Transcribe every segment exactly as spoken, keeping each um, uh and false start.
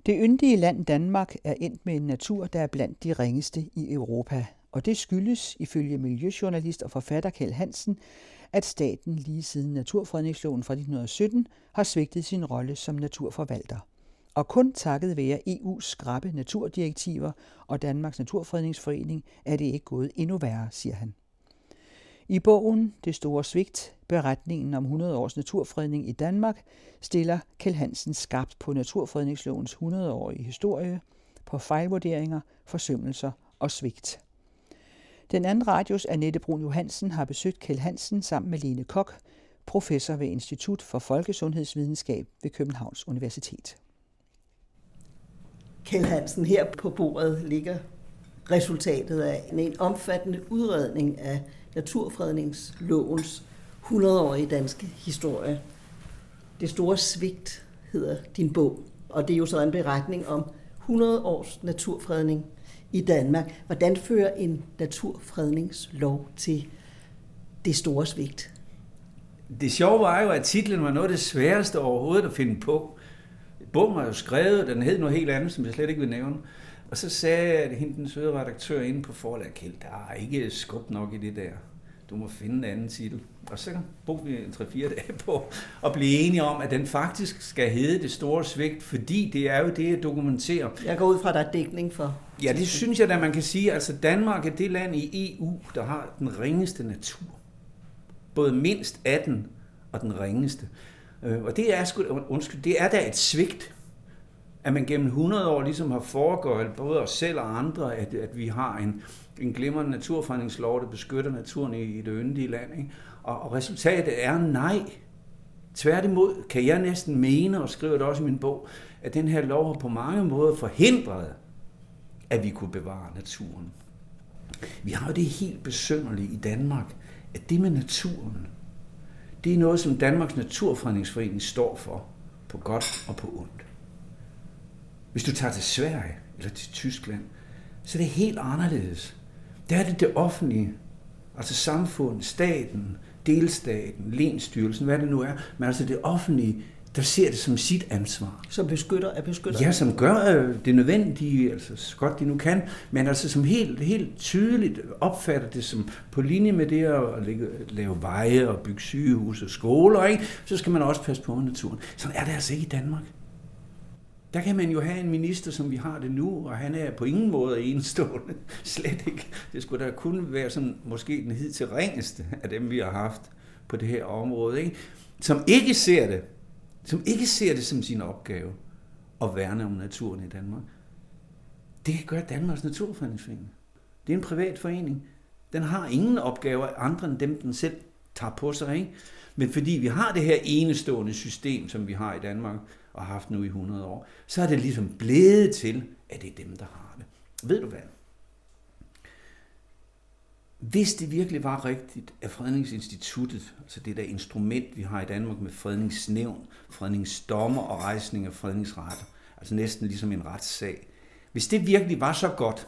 Det yndige land Danmark er endt med en natur, der er blandt de ringeste i Europa. Og det skyldes, ifølge miljøjournalist og forfatter Kjeld Hansen, at staten lige siden Naturfredningsloven fra nitten sytten har svigtet sin rolle som naturforvalter. Og kun takket være E U's skrappe naturdirektiver og Danmarks Naturfredningsforening er det ikke gået endnu værre, siger han. I bogen Det store svigt, beretningen om hundrede års naturfredning i Danmark, stiller Kjeld Hansen skarpt på Naturfredningslovens hundrede-årige historie, på fejlvurderinger, forsømmelser og svigt. Den anden radios Annette Brun Johansen har besøgt Kjeld Hansen sammen med Lene Koch, professor ved Institut for Folkesundhedsvidenskab ved Københavns Universitet. Kjeld Hansen, her på bordet ligger resultatet af en omfattende udredning af Naturfredningslovens hundrede-årige danske historie. Det store svigt hedder din bog, og det er jo så en beretning om hundrede års naturfredning i Danmark. Hvordan fører en naturfredningslov til det store svigt? Det sjove var jo, at titlen var noget af det sværeste overhovedet at finde på. Bogen var jo skrevet, den hed noget helt andet, som jeg slet ikke vil nævne. Og så sagde jeg, at hende, den søde redaktør inde på forlaget, Kjeld, der er ikke skub nok i det der. Du må finde en anden titel. Og så brugte vi en tre-fire dage på at blive enige om, at den faktisk skal hedde Det store svigt, fordi det er jo det, jeg dokumenterer. Jeg går ud fra, at der er dækning for. Ja, det synes jeg, at man kan sige. Altså, Danmark er det land i E U, der har den ringeste natur. Både mindst af den og den ringeste. Og det er, sgu, undskyld, det er da et svigt, at man gennem hundrede år ligesom har foregået, både os selv og andre, at, at vi har en, en glimrende naturfredningslov, der beskytter naturen i, i det yndige land. Ikke? Og, og resultatet er nej. Tværtimod kan jeg næsten mene, og skriver det også i min bog, at den her lov har på mange måder forhindret, at vi kunne bevare naturen. Vi har jo det helt besynderlige i Danmark, at det med naturen, det er noget, som Danmarks Naturfredningsforening står for, på godt og på ondt. Hvis du tager til Sverige eller til Tyskland, så er det helt anderledes. Der er det det offentlige, altså samfundet, staten, delstaten, lensstyrelsen, hvad det nu er, men altså det offentlige, der ser det som sit ansvar. Som beskytter er beskytter. Ja, som gør det nødvendige, altså så godt de nu kan, men altså som helt, helt tydeligt opfatter det som på linje med det at lægge, lave veje og bygge sygehus og skoler, ikke? Så skal man også passe på naturen. Sådan er det altså ikke i Danmark. Der kan man jo have en minister, som vi har det nu, og han er på ingen måde enestående. Slet ikke. Det skulle da kun være sådan, måske den hidtil ringeste af dem, vi har haft på det her område, ikke? Som ikke ser det, som ikke ser det som sin opgave at værne om naturen i Danmark. Det gør Danmarks Naturfredningsforening. Det er en privat forening. Den har ingen opgaver andre end dem, den selv tager på sig, ikke? Men fordi vi har det her enestående system, som vi har i Danmark, og har haft nu i hundrede år, så er det ligesom blevet til, at det er dem, der har det. Ved du hvad? Hvis det virkelig var rigtigt, at Fredningsinstituttet, altså det der instrument, vi har i Danmark med fredningsnævn, fredningsdommer og rejsning af fredningsretter, altså næsten ligesom en retssag, hvis det virkelig var så godt,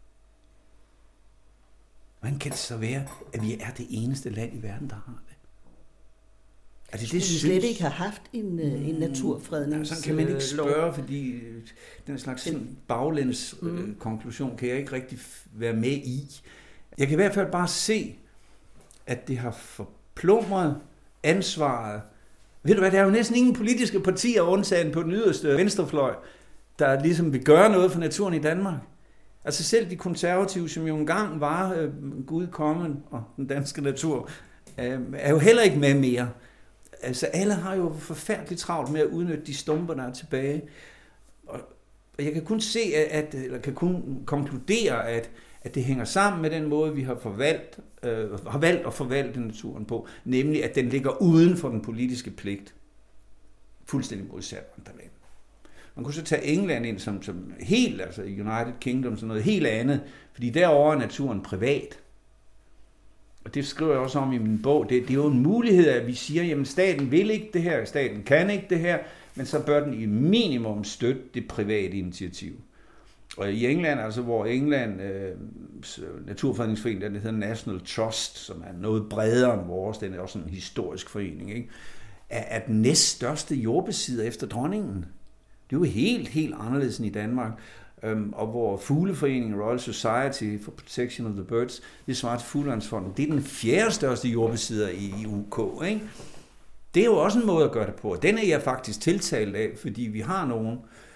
hvordan kan det så være, at vi er det eneste land i verden, der har det? Altså, det vi synes... slet ikke har haft en, en naturfredningslov. Sådan kan man ikke spørge, fordi den slags sådan baglæns mm. konklusion kan jeg ikke rigtig være med i. Jeg kan i hvert fald bare se, at det har forplumret ansvaret. Ved du hvad, der er jo næsten ingen politiske partier undtagen på den yderste venstrefløj, der ligesom vil gøre noget for naturen i Danmark. Altså selv de konservative, som jo engang var øh, Gud, kongen og den danske natur, øh, er jo heller ikke med mere. Altså alle har jo forfærdeligt travlt med at udnytte de stumper, der er tilbage. Og jeg kan kun se, at, eller kan kun konkludere, at, at det hænger sammen med den måde, vi har, forvalgt, øh, har valgt at forvalte naturen på, nemlig at den ligger uden for den politiske pligt. Fuldstændig modsat andre lande. Man kunne så tage England ind som, som helt, altså United Kingdom, som noget helt andet, fordi derovre er naturen privat. Og det skriver jeg også om i min bog. Det, det er jo en mulighed, at vi siger, jamen staten vil ikke det her, staten kan ikke det her, men så bør den i minimum støtte det private initiativ. Og i England, altså hvor England, øh, Naturfredningsforening, den hedder National Trust, som er noget bredere end vores, den er også en historisk forening, ikke? Er, er den næststørste jordbesidder efter dronningen. Det er jo helt, helt anderledes end i Danmark. Um, og hvor Fugleforeningen, Royal Society for Protection of the Birds, det svarer til Fuglelandsfonden. Det er den fjerde største jordbesidder i U K, ikke? Det er jo også en måde at gøre det på. Den er jeg faktisk tiltalt af, fordi vi har nogle,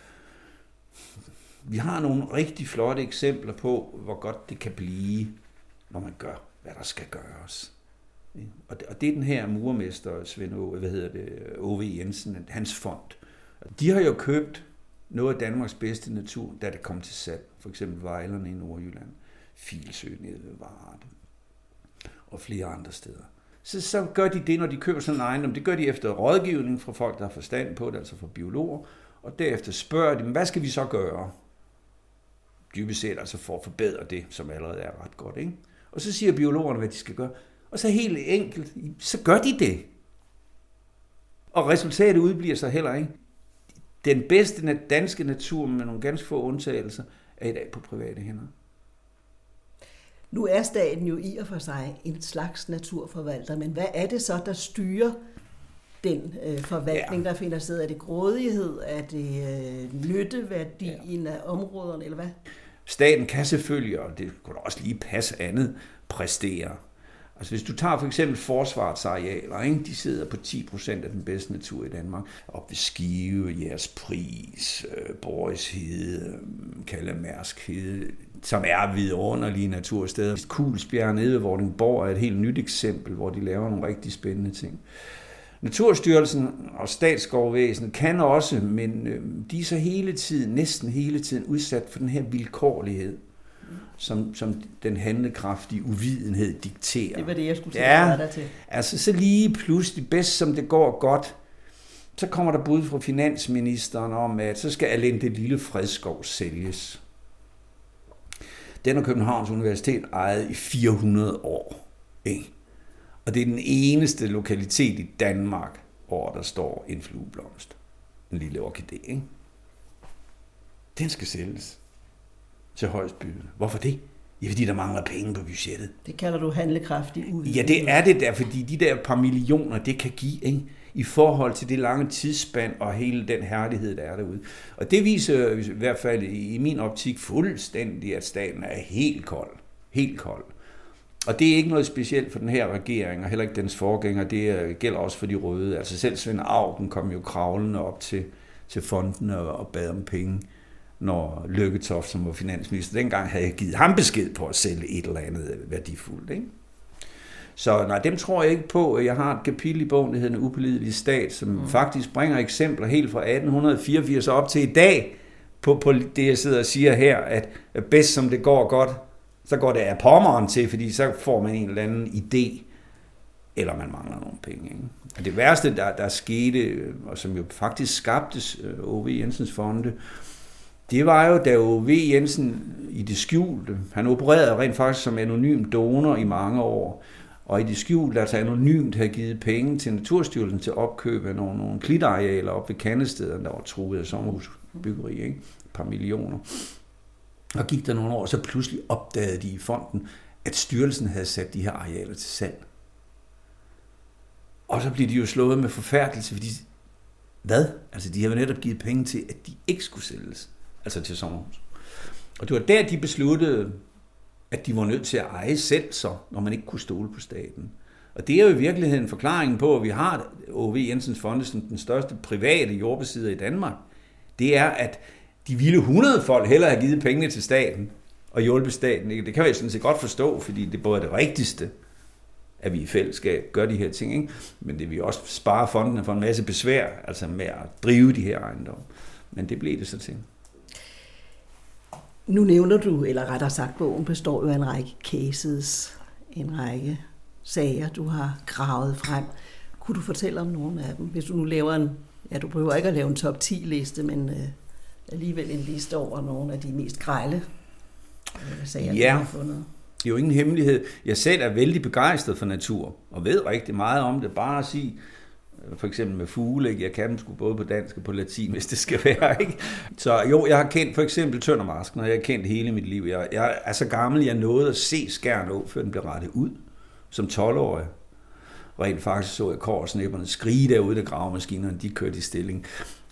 vi har nogle rigtig flotte eksempler på, hvor godt det kan blive, når man gør, hvad der skal gøres. Og det, og det er den her murmester, Svend O, hvad hedder det, O V Jensen, hans fond. De har jo købt noget af Danmarks bedste natur, da det kom til salg. For eksempel Vejlerne i Nordjylland, Filsø nede ved Varde og flere andre steder. Så, så gør de det, når de køber sådan en ejendom. Det gør de efter rådgivning fra folk, der har forstand på det, altså fra biologer. Og derefter spørger de, hvad skal vi så gøre? Dybest set altså for at forbedre det, som allerede er ret godt, ikke? Og så siger biologerne, hvad de skal gøre. Og så helt enkelt, så gør de det. Og resultatet udbliver så heller ikke. Den bedste danske natur, med nogle ganske få undtagelser, er i dag på private hænder. Nu er staten jo i og for sig en slags naturforvalter, men hvad er det så, der styrer den øh, forvaltning, ja. der finder sted? Er det grådighed? Er det øh, nytteværdien ja. af områderne, eller hvad? Staten kan selvfølgelig, og det kunne også lige passe andet, præstere. Altså hvis du tager for eksempel forsvarsarealer, ikke? De sidder på ti procent af den bedste natur i Danmark. Op ved Skive, Jægerspris, øh, Boris Hede, Kalle Mærsk Hede, som er vidunderlige natursteder. Kuglsbjerg nede ved Vordingborg er et helt nyt eksempel, hvor de laver nogle rigtig spændende ting. Naturstyrelsen og Statsskovvæsenet kan også, men øh, de er så hele tiden, næsten hele tiden udsat for den her vilkårlighed. Som, som den handlekraftige uvidenhed dikterer. Det var det, jeg skulle sige, ja, dig til. Altså så lige pludselig, bedst som det går godt, så kommer der bud fra finansministeren om, at så skal Allende Lille Fredskov sælges. Den har Københavns Universitet ejet i fire hundrede år. Ikke? Og det er den eneste lokalitet i Danmark, hvor der står en flueblomst. En lille orkidé. Ikke? Den skal sælges til højstbydende. Hvorfor det? Ja, fordi der mangler penge på budgettet. Det kalder du handlekraftig uvidenhed. Ja, det er det der, fordi de der par millioner, det kan give, ikke? I forhold til det lange tidsspand og hele den herlighed, der er derude. Og det viser i hvert fald i min optik fuldstændig, at staten er helt kold. Helt kold. Og det er ikke noget specielt for den her regering, og heller ikke dens forgænger. Det gælder også for de røde. Altså selv Svend Auken kom jo kravlende op til, til fonden og, og bad om penge, når Lykketoft, som var finansminister, dengang havde jeg givet ham besked på at sælge et eller andet værdifuldt. Ikke? Så nej, dem tror jeg ikke på. Jeg har et kapitel i bogen, der hedder En upålidelig stat, som mm. faktisk bringer eksempler helt fra atten fireogfirs op til i dag, på, på det, jeg sidder og siger her, at bedst som det går godt, så går det af pommeren til, fordi så får man en eller anden idé, eller man mangler nogle penge. Ikke? Og det værste, der, der skete, og som jo faktisk skabtes O V Jensens fonde, det var jo, da O V Jensen i det skjulte, han opererede rent faktisk som anonym donor i mange år, og i det skjulte, altså anonymt, havde givet penge til Naturstyrelsen til opkøb af nogle, nogle klitarealer op ved Kandestederne, der var truet af sommerhusbyggeri, ikke? Et par millioner. Og gik der nogle år, så pludselig opdagede de i fonden, at styrelsen havde sat de her arealer til salg. Og så blev de jo slået med forfærdelse, fordi hvad? Altså de havde jo netop givet penge til, at de ikke skulle sælges, altså til sommerhus. Og det var der, de besluttede, at de var nødt til at eje selv så, når man ikke kunne stole på staten. Og det er jo i virkeligheden forklaringen på, at vi har O V Jensens Fonde som den største private jordbesidder i Danmark. Det er, at de ville hundrede folk hellere have givet pengene til staten og hjulpet staten. Det kan jeg sådan set godt forstå, fordi det både er det rigtigste, at vi i fællesskab gør de her ting, ikke? Men det vil også spare fondene for en masse besvær, altså med at drive de her ejendomme. Men det blev det så til. Nu nævner du, eller rettere sagt, bogen består jo af en række cases, en række sager, du har gravet frem. Kunne du fortælle om nogle af dem? Hvis du nu laver en, ja, du behøver ikke at lave en top ti liste, men øh, alligevel en liste over nogle af de mest grelle øh, sager, ja. du har fundet. Det er jo ingen hemmelighed. Jeg selv er vældig begejstret for natur, og ved rigtig meget om det. Bare at sige, for eksempel med fugle, ikke? Jeg kan dem sgu både på dansk og på latin, hvis det skal være. Ikke? Så jo, jeg har kendt for eksempel tøndermarsken, og jeg har kendt hele mit liv. Jeg, jeg er så gammel, jeg nåede at se Skjern Å, før den blev rettet ud som tolv-årig. Rent faktisk så jeg korsnæpperne skrige derude, da gravemaskinerne de kørte i stilling.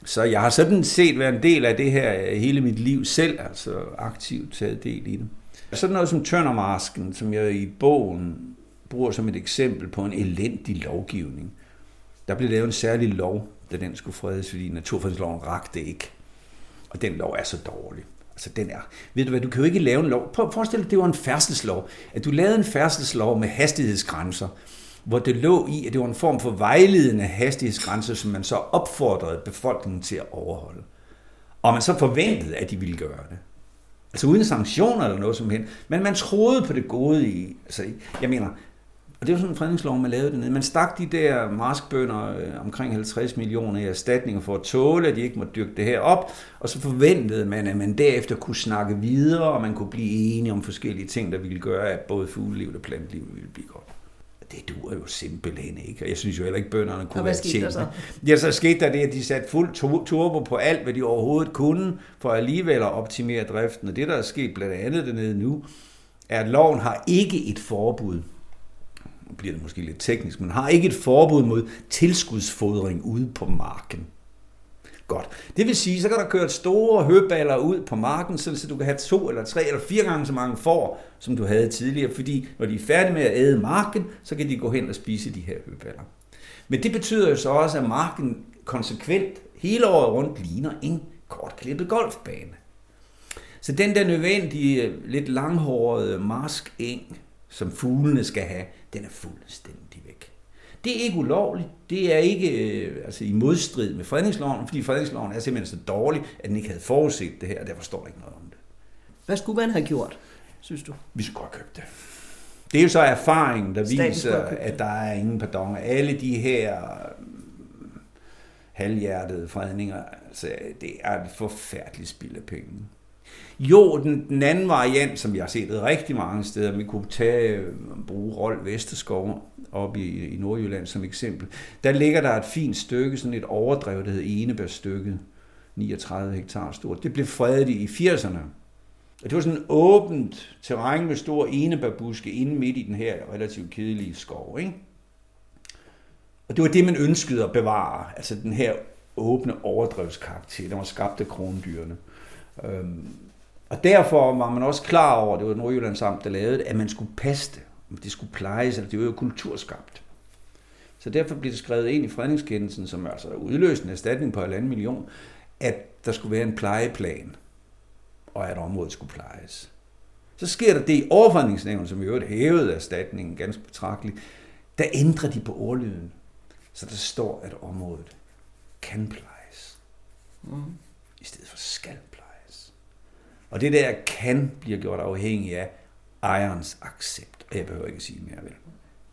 Så jeg har sådan set været en del af det her hele mit liv selv, altså aktivt taget del i det. Sådan noget som Tøndermarsken, som jeg i bogen bruger som et eksempel på en elendig lovgivning. Der blev lavet en særlig lov, da den skulle fredes, fordi naturfredningsloven rakte ikke. Og den lov er så dårlig. Altså den er, ved du hvad, du kan jo ikke lave en lov. Prøv at forestille dig, det var en færdselslov. At du lavede en færdselslov med hastighedsgrænser, hvor det lå i, at det var en form for vejledende hastighedsgrænser, som man så opfordrede befolkningen til at overholde. Og man så forventede, at de ville gøre det. Altså uden sanktioner eller noget som helst. Men man troede på det gode i, altså jeg mener, og det var sådan en fredningslov, man lavede dernede. Man stak de der marskbønder øh, omkring halvtreds millioner i erstatninger for at tåle, at de ikke måtte dyrke det her op, og så forventede man, at man derefter kunne snakke videre, og man kunne blive enige om forskellige ting, der ville gøre, at både fuglelivet og plantelivet ville blive godt. Det duer jo simpelthen ikke, og jeg synes jo heller ikke, bønderne kunne være tjent. Så? Ja, så skete der det, at de satte fuld turbo på alt, hvad de overhovedet kunne, for alligevel at optimere driften. Og det, der er sket blandt andet dernede nu, er, at loven har ikke et forbud, nu bliver det måske lidt teknisk, men har ikke et forbud mod tilskudsfodring ude på marken. Godt. Det vil sige, så kan der køre store høballer ud på marken, så du kan have to eller tre eller fire gange så mange får, som du havde tidligere, fordi når de er færdige med at æde marken, så kan de gå hen og spise de her høballer. Men det betyder jo så også, at marken konsekvent hele året rundt ligner en kortklippet golfbane. Så den der nødvendige, lidt langhårede marskeng, som fuglene skal have, den er fuldstændig væk. Det er ikke ulovligt, det er ikke øh, altså, i modstrid med fredningsloven, fordi fredningsloven er simpelthen så dårlig, at den ikke havde forudset det her, og derfor står der ikke noget om det. Hvad skulle man have gjort, synes du? Vi skulle have købt det. Det er jo så erfaringen, der viser, at der er ingen pardon. Alle de her halvhjertede fredninger, altså, det er et forfærdeligt spild af penge. Jo, den, den anden variant, som jeg har set rigtig mange steder, vi kunne tage bruge Rold Vesterskov op i, i Nordjylland som eksempel. Der ligger der et fint stykke, sådan et overdrev, der hedder Enebærstykket, niogtredive hektar stort. Det blev fredet i firserne. Og det var sådan et åbent terræn med store enebærbuske inde midt i den her relativt kedelige skov, ikke? Og det var det, man ønskede at bevare, altså den her åbne overdrevskarakter, der var skabt af kronedyrene. Øhm, og derfor var man også klar over, det var Nordjyllands Amt, der lavede det, at man skulle passe det, det skulle plejes, altså det var jo kulturskabt. Så derfor blev det skrevet ind i fredningskendelsen, som altså udløste en erstatning på halvanden million, at der skulle være en plejeplan, og at området skulle plejes. Så sker der det i overfredningsnævnet, som i øvrigt hævede erstatningen ganske betragteligt, der ændrer de på ordlyden, så der står, at området kan plejes, mm. i stedet for skal plejes. Og det der kan bliver gjort afhængig af ejerens accept, og jeg behøver ikke at sige mere vel.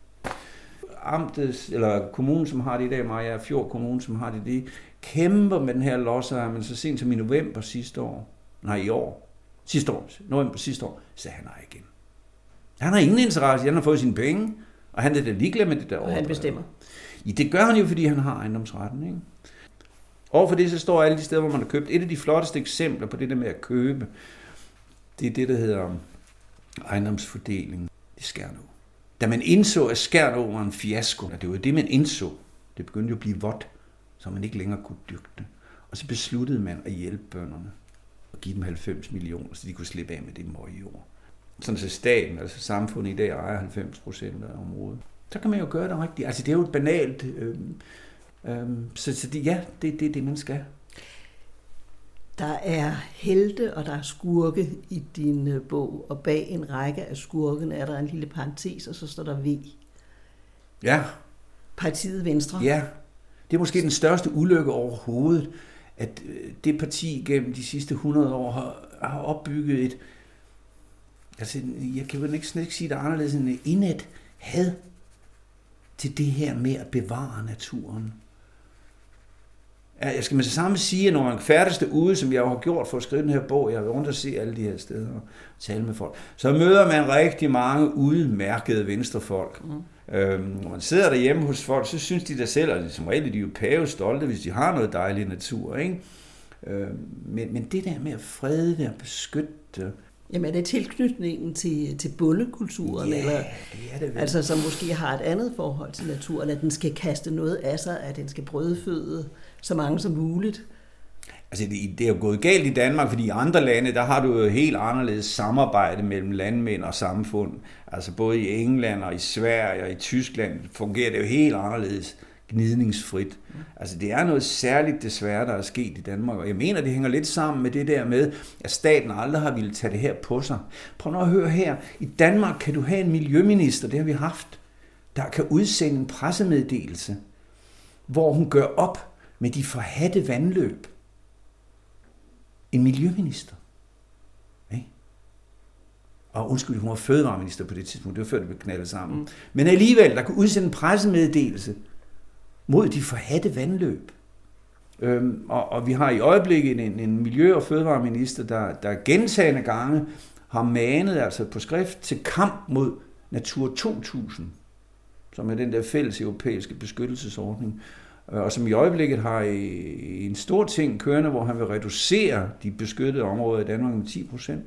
Amtet, eller kommunen, som har det i dag, Maja Fjord Kommune, som har det, de kæmper med den her lodsejer, men så sent som i november sidste år, nej i år, sidste år, november sidste år, sagde han nej igen. Han har ingen interesse, han har fået sine penge, og han er da ligeglad med det der og han bestemmer. Ja, det gør han jo, fordi han har ejendomsretten, ikke? Overfor det, så står alle de steder, hvor man har købt. Et af de flotteste eksempler på det der med at købe, det er det, der hedder ejendomsfordeling i Skjernå. Da man indså, at Skjernå var en fiasko, og det var det, man indså, det begyndte jo at blive vådt, så man ikke længere kunne dyrke det. Og så besluttede man at hjælpe bønderne og give dem halvfems millioner, så de kunne slippe af med det møgjord. Sådan så staten, altså samfundet i dag, ejer halvfems procent af området. Så kan man jo gøre det rigtigt. Altså det er jo et banalt, øh, øh, så, så det, ja, det, det er det, man skal. Der er helte, og der er skurke i din bog, og bag en række af skurken er der en lille parentes, og så står der V. Ja. Partiet Venstre. Ja, det er måske den største ulykke overhovedet, at det parti gennem de sidste hundrede år har, har opbygget et, altså jeg kan jo ikke, ikke sige det anderledes end et indet had til det her med at bevare naturen. Jeg skal med det samme sige, at når man færdes derude, som jeg har gjort for at skrive den her bog, jeg har rundt og se alle de her steder og tale med folk, så møder man rigtig mange udmærkede venstrefolk. Mm. Øhm, når man sidder derhjemme hos folk, så synes de der selv, og som regel de er jo pæve stolte, hvis de har noget dejlig natur, ikke? Øhm, men, men det der med at frede det og beskytte. Jamen er det tilknytningen til, til bondekulturen? Ja, eller, det er det vel. Altså som måske har et andet forhold til naturen, at den skal kaste noget af sig, at den skal brødføde så mange som muligt. Altså, det, det er jo gået galt i Danmark, fordi i andre lande, der har du jo helt anderledes samarbejde mellem landmænd og samfund. Altså både i England og i Sverige og i Tyskland fungerer det jo helt anderledes gnidningsfrit. Altså, det er noget særligt desværre, der er sket i Danmark, og jeg mener, det hænger lidt sammen med det der med, at staten aldrig har ville tage det her på sig. Prøv nu at høre her. I Danmark kan du have en miljøminister, det har vi haft, der kan udsende en pressemeddelelse, hvor hun gør op med de forhadte vandløb. En miljøminister. Okay? Og undskyld, hun var fødevareminister på det tidspunkt, det var før det blev knaldet sammen. Mm. Men alligevel, der kunne udsende en pressemeddelelse mod de forhadte vandløb. Øhm, og, og vi har i øjeblikket en, en miljø- og fødevareminister, der, der gentagende gange har manet altså på skrift til kamp mod Natura to tusind, som er den der fælles europæiske beskyttelsesordning, og som i øjeblikket har en stor ting kørende, hvor han vil reducere de beskyttede områder i Danmark med ti procent.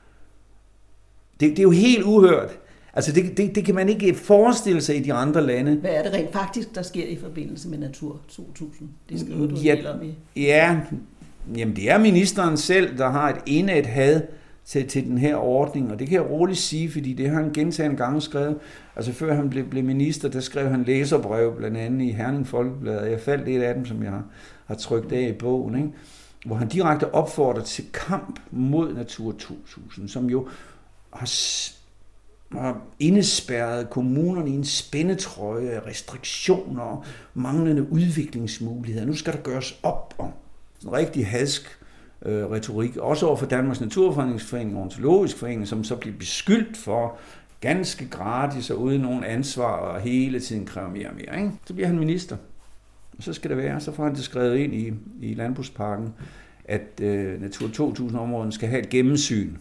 Det, det er jo helt uhørt. Altså det, det, det kan man ikke forestille sig i de andre lande. Hvad er det rent faktisk, der sker i forbindelse med Natura to tusind? Det skriver du ja, en del om i. Ja, jamen det er ministeren selv, der har et indædt had til, til den her ordning, og det kan jeg roligt sige, fordi det har han gentagne gange skrevet. Altså før han blev, blev minister, der skrev han læserbrev, blandt andet i Herning Folkeblad, og jeg faldt et af dem, som jeg har, har trykt af i bogen, ikke? Hvor han direkte opfordrer til kamp mod Natura to tusind, som jo har, har indespærret kommunerne i en spændetrøje af restriktioner og manglende udviklingsmuligheder. Nu skal der gøres op om sådan en rigtig hadsk øh, retorik, også over for Danmarks Naturfredningsforening og Ornitologisk Forening, som så bliver beskyldt for ganske gratis og uden nogen ansvar og hele tiden kræver mere og mere. Ikke? Så bliver han minister. Og så skal det være. Så får han det skrevet ind i, i Landbrugsparken, at øh, Natura to tusind-områden skal have et gennemsyn.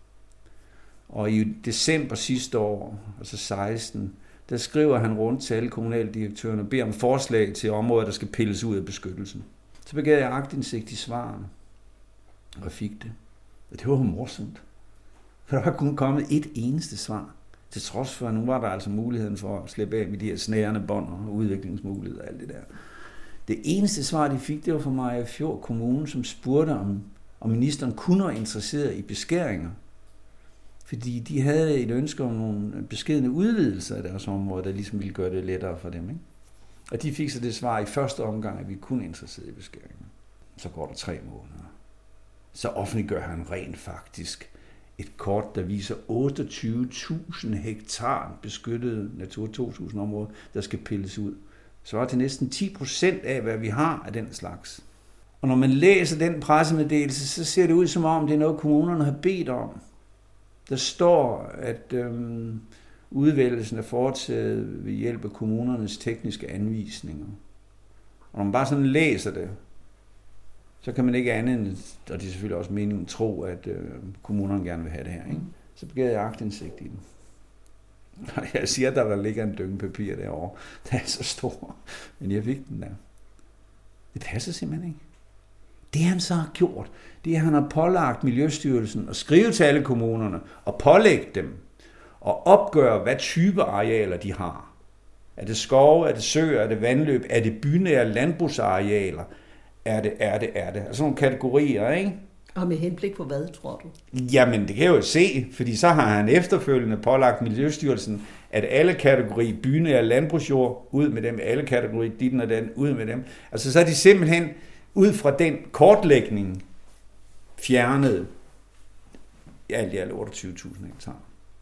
Og i december sidste år, altså seksten, der skriver han rundt til alle kommunaldirektørerne og beder om forslag til områder, der skal pilles ud af beskyttelsen. Så begav jeg aktindsigt i svarene, og jeg fik det. Og det var morsomt. For der var kun kommet et eneste svar. Til trods for, at nu var der altså muligheden for at slippe af med de her snærende bånd og udviklingsmuligheder og alt det der. Det eneste svar, de fik, det var fra Mariagerfjord Kommune, som spurgte, om, om ministeren kunne være interesseret i beskæringer. Fordi de havde et ønske om nogle beskedne udvidelser af deres område, der ligesom ville gøre det lettere for dem. Ikke? Og de fik så det svar i første omgang, at vi kun er interesseret i beskæringer. Så går der tre måneder. Så offentliggør han rent faktisk et kort, der viser otteogtyve tusind hektar beskyttede Natura to tusind områder, der skal pilles ud. Så er det næsten ti procent af, hvad vi har af den slags. Og når man læser den pressemeddelelse, så ser det ud som om, det er noget, kommunerne har bedt om. Der står, at øhm, udvælgelsen er foretaget ved hjælp af kommunernes tekniske anvisninger. Og når man bare sådan læser det, så kan man ikke andet end, og det er selvfølgelig også meningen, tro, at øh, kommunerne gerne vil have det her. Ikke? Så begav jeg aktindsigt i den. Og jeg siger, at der, der ligger en dynge papir derovre, der er så stor. Men jeg fik den der. Det passer simpelthen ikke. Det han så har gjort, det er, at han har pålagt Miljøstyrelsen at skrive til alle kommunerne og pålægge dem og opgøre, hvad type arealer de har. Er det skove, er det søer, er det vandløb, er det bynære landbrugsarealer? Er det, er det, er det. Altså nogle kategorier, ikke? Og med henblik på hvad, tror du? Jamen, det kan jeg jo se, fordi så har han efterfølgende pålagt Miljøstyrelsen, at alle kategorier bynære landbrugsjord, ud med dem, alle kategorier ditten og den, ud med dem. Altså så er de simpelthen ud fra den kortlægning fjernet alt i alt otteogtyve tusind hektar.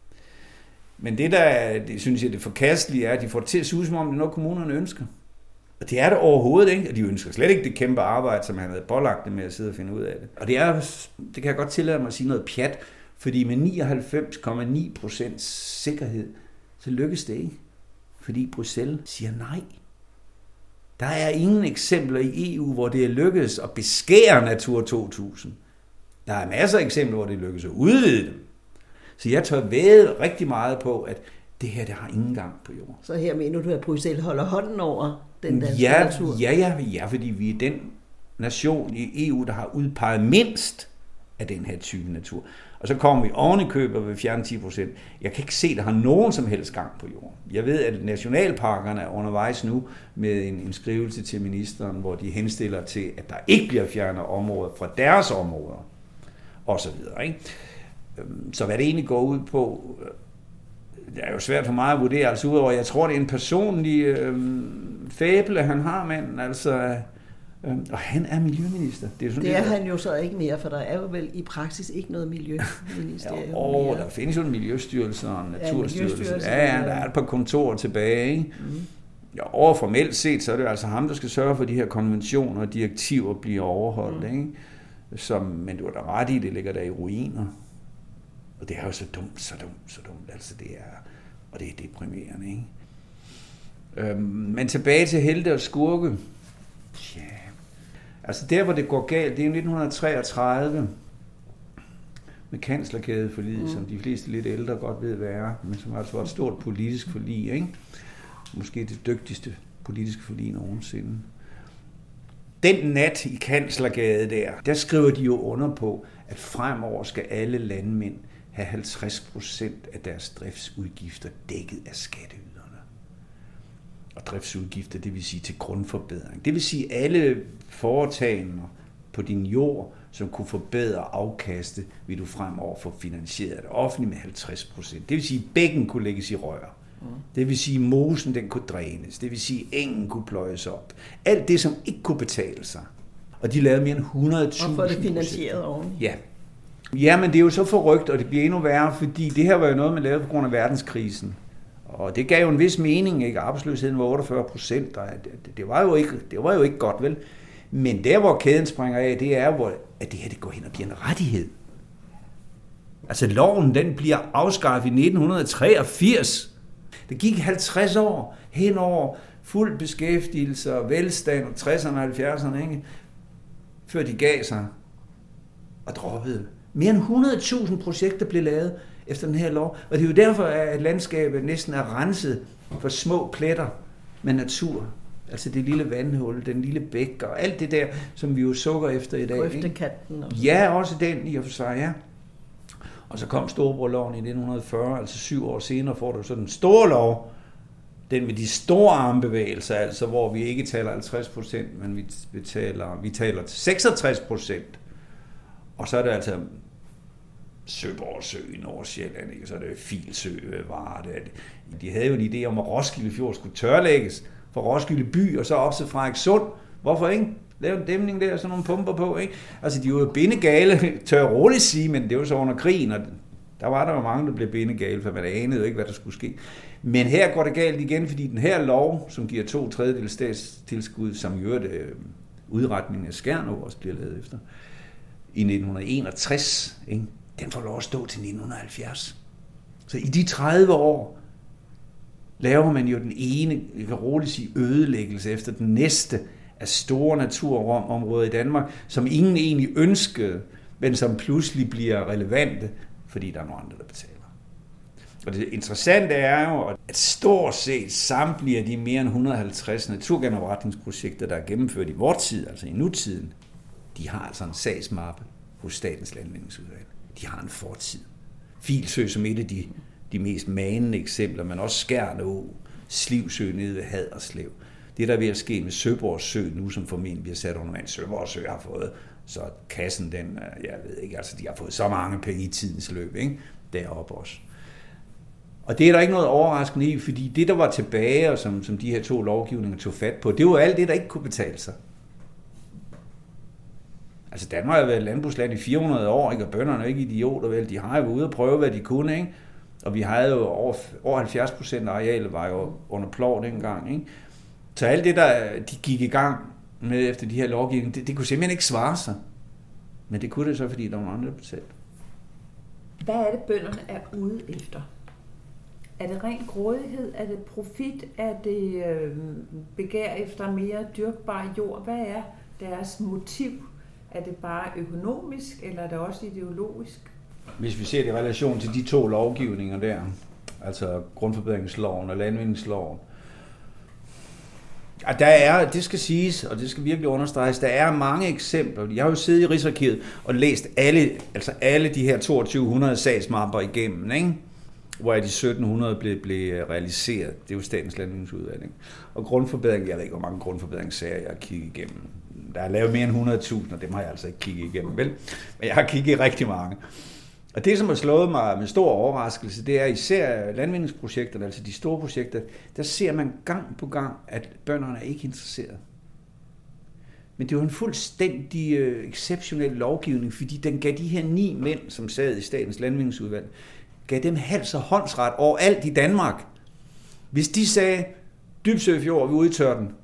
Men det, der er, det synes jeg, det forkastelige er, at de får det til at se ud, som om det er noget, kommunerne ønsker. Og det er det overhovedet ikke, og de ønsker slet ikke det kæmpe arbejde, som han havde pålagt det med at sidde og finde ud af det. Og det er, det kan jeg godt tillade mig at sige noget pjat, fordi med nioghalvfems komma ni procent sikkerhed, så lykkes det ikke. Fordi Bruxelles siger nej. Der er ingen eksempler i E U, hvor det er lykkedes at beskære Natura to tusind. Der er masser af eksempler, hvor det er lykkedes at udvide dem. Så jeg tør væde rigtig meget på, at det her, det har ingen gang på jorden. Så her mener du, at Bruxelles holder hånden over den danske ja, natur? Ja, ja, ja, fordi vi er den nation i E U, der har udpeget mindst af af den her type natur. Og så kommer vi oven i købet og vil fjerne ti procent. Jeg kan ikke se, at der har nogen som helst gang på jorden. Jeg ved, at nationalparkerne er undervejs nu med en, en skrivelse til ministeren, hvor de henstiller til, at der ikke bliver fjernet områder fra deres områder, og så videre, ikke? Så hvad det egentlig går ud på, det er jo svært for mig at vurdere, altså udover, jeg tror, det er en personlig øh, fæble, han har, men altså... Og han er miljøminister. Det er, sådan, det er han jo så ikke mere, for der er jo vel i praksis ikke noget miljøministerium. Ja, og der findes jo en miljøstyrelse og en naturstyrelse. Ja, ja, der er et par kontorer tilbage. Ikke? Mm. Ja, og formelt set, så er det jo altså ham, der skal sørge for, at de her konventioner og direktiver bliver overholdt. Mm. Ikke? Som, men du har da ret i, det ligger der i ruiner. Og det er jo så dumt, så dumt, så dumt. Altså det er, og det er deprimerende. Ikke? Øhm, men tilbage til helte og skurke. Ja. Altså der, hvor det går galt, det er jo nitten treogtredive med Kanslergadeforliget, mm. som de fleste lidt ældre godt ved, hvad er, men som altså var et stort politisk forlig, ikke? Måske det dygtigste politiske forlig nogensinde. Den nat i Kanslergade der, der skriver de jo under på, at fremover skal alle landmænd have halvtreds procent af deres driftsudgifter dækket af skatteyderne. Og driftsudgifter, det vil sige til grundforbedring. Det vil sige alle foretagender på din jord, som kunne forbedre afkastet, vil du fremover få finansieret det offentligt med halvtreds procent. Det vil sige, at bækken kunne lægges i rør. Mm. Det vil sige, at mosen den kunne drænes. Det vil sige, at engen kunne pløjes op. Alt det, som ikke kunne betale sig. Og de lavede mere end hundrede tusind. Og få det finansieret oven. Ja. Ja, men det er jo så forrygt, og det bliver endnu værre, fordi det her var jo noget, man lavede på grund af verdenskrisen. Og det gav jo en vis mening, ikke? Arbejdsløsheden var otteogfyrre procent, og det, det, var jo ikke, det var jo ikke godt, vel? Men der, hvor kæden springer af, det er, hvor, at det her det går hen og bliver en rettighed. Altså loven, den bliver afskaffet i nitten treogfirs. Det gik halvtreds år hen over fuld beskæftigelse og velstand, og tresserne og halvfjerdserne, ikke? Før de gav sig og droppede. Mere end hundrede tusind projekter blev lavet efter den her lov. Og det er jo derfor, at landskabet næsten er renset for små pletter med natur. Altså det lille vandhul, den lille bæk og alt det der, som vi jo sukker efter i dag. Grøftekanten. Ja, også den i og for sig, ja. Og så kom Storebroloven i nitten fyrre, altså syv år senere får du så den store lov, den med de store armbevægelser, altså hvor vi ikke taler halvtreds procent, men vi, vi, taler, vi taler til seksogtres procent. Og så er det altså Søborg Sø i Nordsjælland, ikke? Så er det Filsø, Varde. De havde jo en idé om, at Roskilde Fjord skulle tørlægges fra Roskilde by og så op til Frederikssund. Hvorfor ikke? Lave en dæmning der, sådan nogle pumper på, ikke? Altså, de var jo bindegale, tør jeg roligt sige, men det var så under krigen, og der var der jo mange, der blev bindegale, for man anede jo ikke, hvad der skulle ske. Men her går det galt igen, fordi den her lov, som giver to tredjedel statstilskud, som jo det udretningen af Skjernå også bliver lavet efter, i nitten enogtres, ikke? Den får lov at stå til nitten halvfjerds. Så i de tredive år laver man jo den ene, jeg kan roligt sige, ødelæggelse efter den næste af store naturområder i Danmark, som ingen egentlig ønskede, men som pludselig bliver relevante, fordi der er nogle andre, der betaler. Og det interessante er jo, at stort set samtlige af de mere end et hundrede og halvtreds naturgenopretningsprojekter, der er gennemført i vor tid, altså i nutiden, de har altså en sagsmappe hos Statens Landvindingsudvalg. De har en fortid. Filsø som et af de, de mest manende eksempler, men også Skjernå, Slivsø nede ved Haderslev. Det, der er ved at ske med Søborg Sø nu, som formentlig bliver sat under vand. Søborg Sø har fået, så kassen, den, jeg ved ikke, altså de har fået så mange penge i tidens løb, ikke? Deroppe også. Og det er der ikke noget overraskende i, fordi det, der var tilbage, og som, som de her to lovgivninger tog fat på, det var alt det, der ikke kunne betale sig. Altså Danmark har været et landbrugsland i fire hundrede år, ikke? Og bønderne er ikke idioter, vel? De har jo været ude og prøve, hvad de kunne, ikke? Og vi havde jo over, over halvfjerds procent af arealet var jo under plov dengang, ikke? Så alt det, der de gik i gang med efter de her lovgivninger, det, det kunne simpelthen ikke svare sig. Men det kunne det så, fordi der var andre, der betalte. Hvad er det, bønderne er ude efter? Er det ren grådighed? Er det profit? Er det øh, begær efter mere dyrkbar jord? Hvad er deres motiv? Er det bare økonomisk, eller er det også ideologisk? Hvis vi ser det i relation til de to lovgivninger der, altså grundforbedringsloven og landvindingsloven, Der er, det skal siges, og det skal virkelig understreges, der er mange eksempler. Jeg har jo siddet i Rigsarkivet og læst alle, altså alle de her toogtyve hundrede sagsmapper igennem, ikke? Hvor de sytten hundrede blev, blev realiseret. Det er jo Statens Landvindingsudvalg. Ikke? Og grundforbedring, jeg ved ikke, hvor mange grundforbedringssager jeg har kigget igennem. Der er lavet mere end hundrede tusind, og dem har jeg altså ikke kigget igennem, vel? Men jeg har kigget rigtig mange. Og det, som har slået mig med stor overraskelse, det er især landvindingsprojekterne, altså de store projekter, der ser man gang på gang, at bønderne er ikke interesseret. Men det var en fuldstændig øh, exceptionel lovgivning, fordi den gav de her ni mænd, som sad i Statens Landvindingsudvalg, gav dem hals- og håndsret overalt i Danmark. Hvis de sagde, Dybsøfjord, vi udtør den,